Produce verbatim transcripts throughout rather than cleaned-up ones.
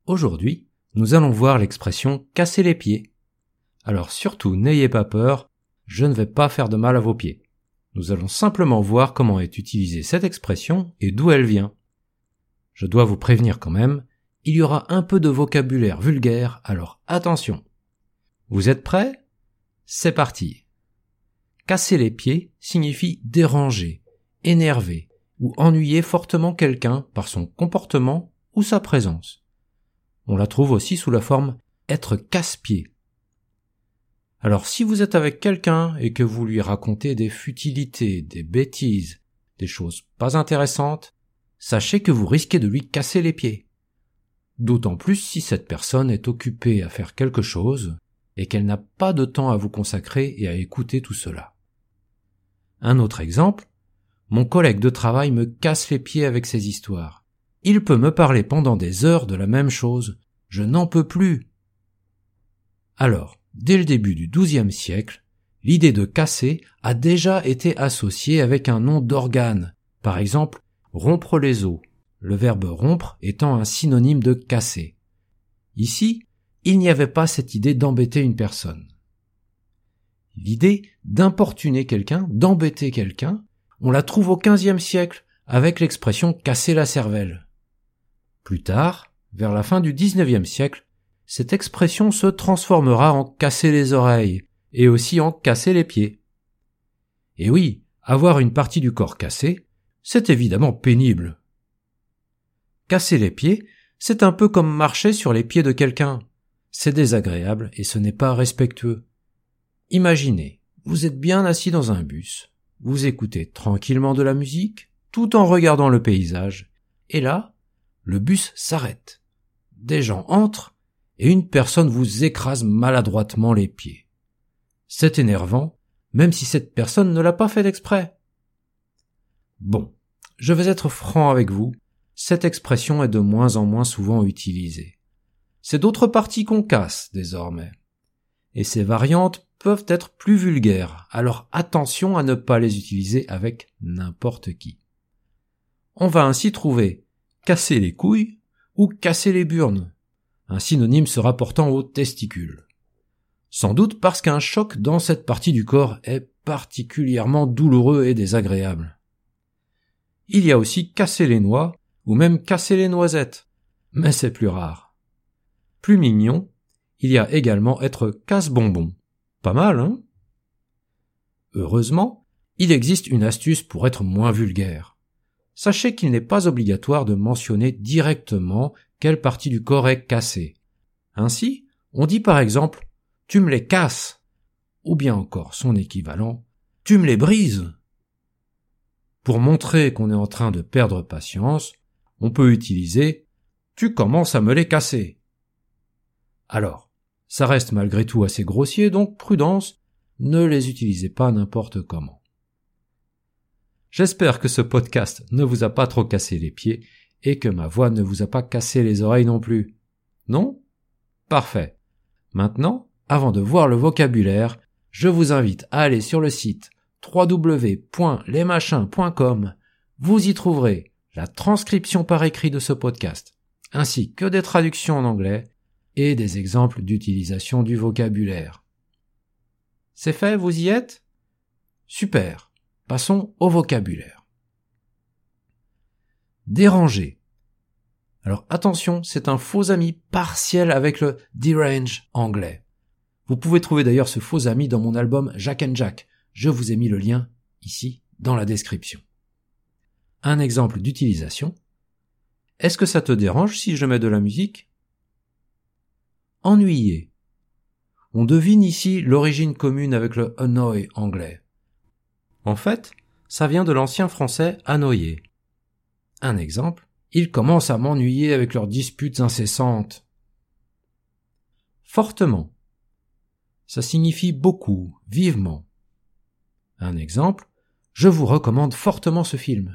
Aujourd'hui, nous allons voir l'expression « casser les pieds ». Alors surtout, n'ayez pas peur, je ne vais pas faire de mal à vos pieds. Nous allons simplement voir comment est utilisée cette expression et d'où elle vient. Je dois vous prévenir quand même, il y aura un peu de vocabulaire vulgaire, alors attention. Vous êtes prêts ? C'est parti. Casser les pieds signifie déranger, énerver ou ennuyer fortement quelqu'un par son comportement ou sa présence. On la trouve aussi sous la forme être casse-pied. Alors si vous êtes avec quelqu'un et que vous lui racontez des futilités, des bêtises, des choses pas intéressantes, sachez que vous risquez de lui casser les pieds. D'autant plus si cette personne est occupée à faire quelque chose et qu'elle n'a pas de temps à vous consacrer et à écouter tout cela. Un autre exemple, mon collègue de travail me casse les pieds avec ses histoires. Il peut me parler pendant des heures de la même chose. Je n'en peux plus. Alors, dès le début du douzième siècle, l'idée de casser a déjà été associée avec un nom d'organe. Par exemple, rompre les os, le verbe rompre étant un synonyme de casser. Ici, il n'y avait pas cette idée d'embêter une personne. L'idée d'importuner quelqu'un, d'embêter quelqu'un, on la trouve au quinzième siècle avec l'expression casser la cervelle. Plus tard, vers la fin du dix-neuvième siècle, cette expression se transformera en casser les oreilles et aussi en casser les pieds. Et oui, avoir une partie du corps cassée, c'est évidemment pénible. Casser les pieds, c'est un peu comme marcher sur les pieds de quelqu'un. C'est désagréable et ce n'est pas respectueux. Imaginez, vous êtes bien assis dans un bus, vous écoutez tranquillement de la musique, tout en regardant le paysage, et là, le bus s'arrête. Des gens entrent, et une personne vous écrase maladroitement les pieds. C'est énervant, même si cette personne ne l'a pas fait exprès. Bon, je vais être franc avec vous, cette expression est de moins en moins souvent utilisée. C'est d'autres parties qu'on casse, désormais. Et ces variantes peuvent être plus vulgaires, alors attention à ne pas les utiliser avec n'importe qui. On va ainsi trouver casser les couilles ou casser les burnes, un synonyme se rapportant aux testicules. Sans doute parce qu'un choc dans cette partie du corps est particulièrement douloureux et désagréable. Il y a aussi casser les noix ou même casser les noisettes, mais c'est plus rare. Plus mignon, il y a également être casse-bonbon. Pas mal, hein ? Heureusement, il existe une astuce pour être moins vulgaire. Sachez qu'il n'est pas obligatoire de mentionner directement quelle partie du corps est cassée. Ainsi, on dit par exemple « tu me les casses » ou bien encore son équivalent « tu me les brises ». Pour montrer qu'on est en train de perdre patience, on peut utiliser « tu commences à me les casser ». Alors, ça reste malgré tout assez grossier, donc prudence, ne les utilisez pas n'importe comment. J'espère que ce podcast ne vous a pas trop cassé les pieds et que ma voix ne vous a pas cassé les oreilles non plus. Non ? Parfait. Maintenant, avant de voir le vocabulaire, je vous invite à aller sur le site w w w point les machins point com. Vous y trouverez la transcription par écrit de ce podcast, ainsi que des traductions en anglais et des exemples d'utilisation du vocabulaire. C'est fait, vous y êtes ? Super. Passons au vocabulaire. Déranger. Alors attention, c'est un faux ami partiel avec le derange anglais. Vous pouvez trouver d'ailleurs ce faux ami dans mon album Jack and Jack. Je vous ai mis le lien ici dans la description. Un exemple d'utilisation. Est-ce que ça te dérange si je mets de la musique ? Ennuyer. On devine ici l'origine commune avec le annoy anglais. En fait, ça vient de l'ancien français annoyer. Un exemple, ils commencent à m'ennuyer avec leurs disputes incessantes. Fortement. Ça signifie beaucoup, vivement. Un exemple, je vous recommande fortement ce film.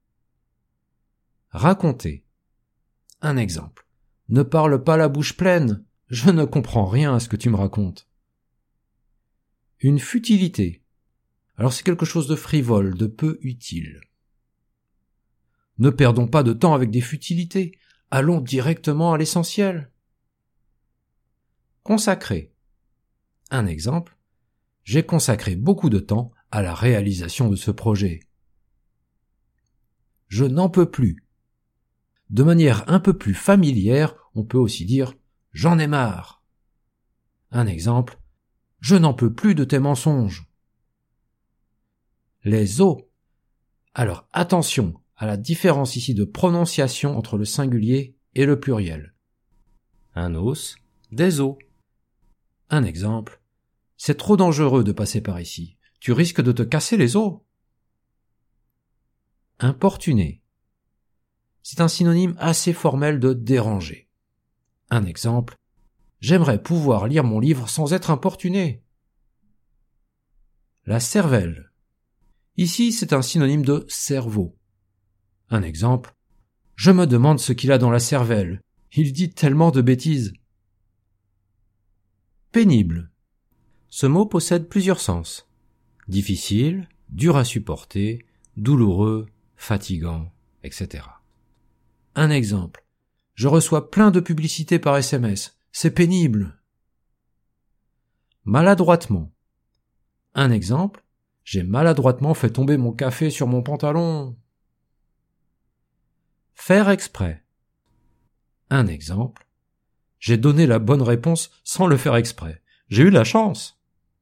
Raconter. Un exemple, ne parle pas la bouche pleine, je ne comprends rien à ce que tu me racontes. Une futilité. Alors c'est quelque chose de frivole, de peu utile. Ne perdons pas de temps avec des futilités. allons directement à l'essentiel. Consacrer. Un exemple, j'ai consacré beaucoup de temps à la réalisation de ce projet. Je n'en peux plus. De manière un peu plus familière, on peut aussi dire « j'en ai marre ». Un exemple, « je n'en peux plus de tes mensonges ». Les os. Alors attention à la différence ici de prononciation entre le singulier et le pluriel. Un os, des os. Un exemple, « c'est trop dangereux de passer par ici, tu risques de te casser les os ». Importuner. C'est un synonyme assez formel de déranger. Un exemple, « j'aimerais pouvoir lire mon livre sans être importuné ». La cervelle. Ici, c'est un synonyme de cerveau. Un exemple, « je me demande ce qu'il a dans la cervelle, il dit tellement de bêtises ». Pénible. Ce mot possède plusieurs sens. Difficile, dur à supporter, douloureux, fatigant, et cetera. Un exemple. Je reçois plein de publicités par S M S. C'est pénible. Maladroitement. Un exemple. J'ai maladroitement fait tomber mon café sur mon pantalon. Faire exprès. Un exemple. J'ai donné la bonne réponse sans le faire exprès. J'ai eu la chance.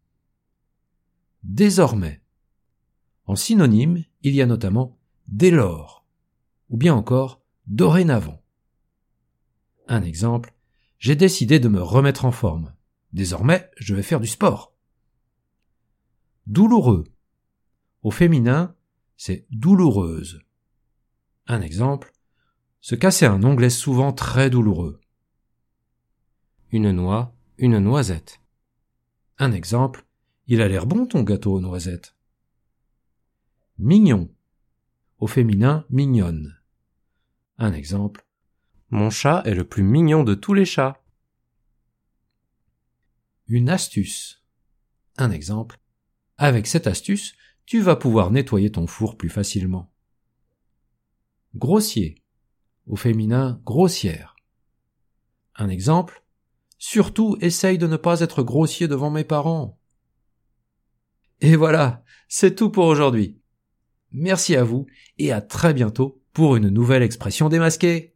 Désormais. En synonyme, il y a notamment dès lors, ou bien encore dorénavant. Un exemple, j'ai décidé de me remettre en forme. Désormais, je vais faire du sport. Douloureux. Au féminin, c'est douloureuse. Un exemple, se casser un ongle est souvent très douloureux. Une noix, une noisette. Un exemple, il a l'air bon ton gâteau aux noisettes. Mignon. Au féminin, mignonne. Un exemple, mon chat est le plus mignon de tous les chats. Une astuce. Un exemple, avec cette astuce, tu vas pouvoir nettoyer ton four plus facilement. Grossier. Au féminin, grossière. Un exemple, surtout essaye de ne pas être grossier devant mes parents. Et voilà, c'est tout pour aujourd'hui. Merci à vous et à très bientôt pour une nouvelle expression démasquée.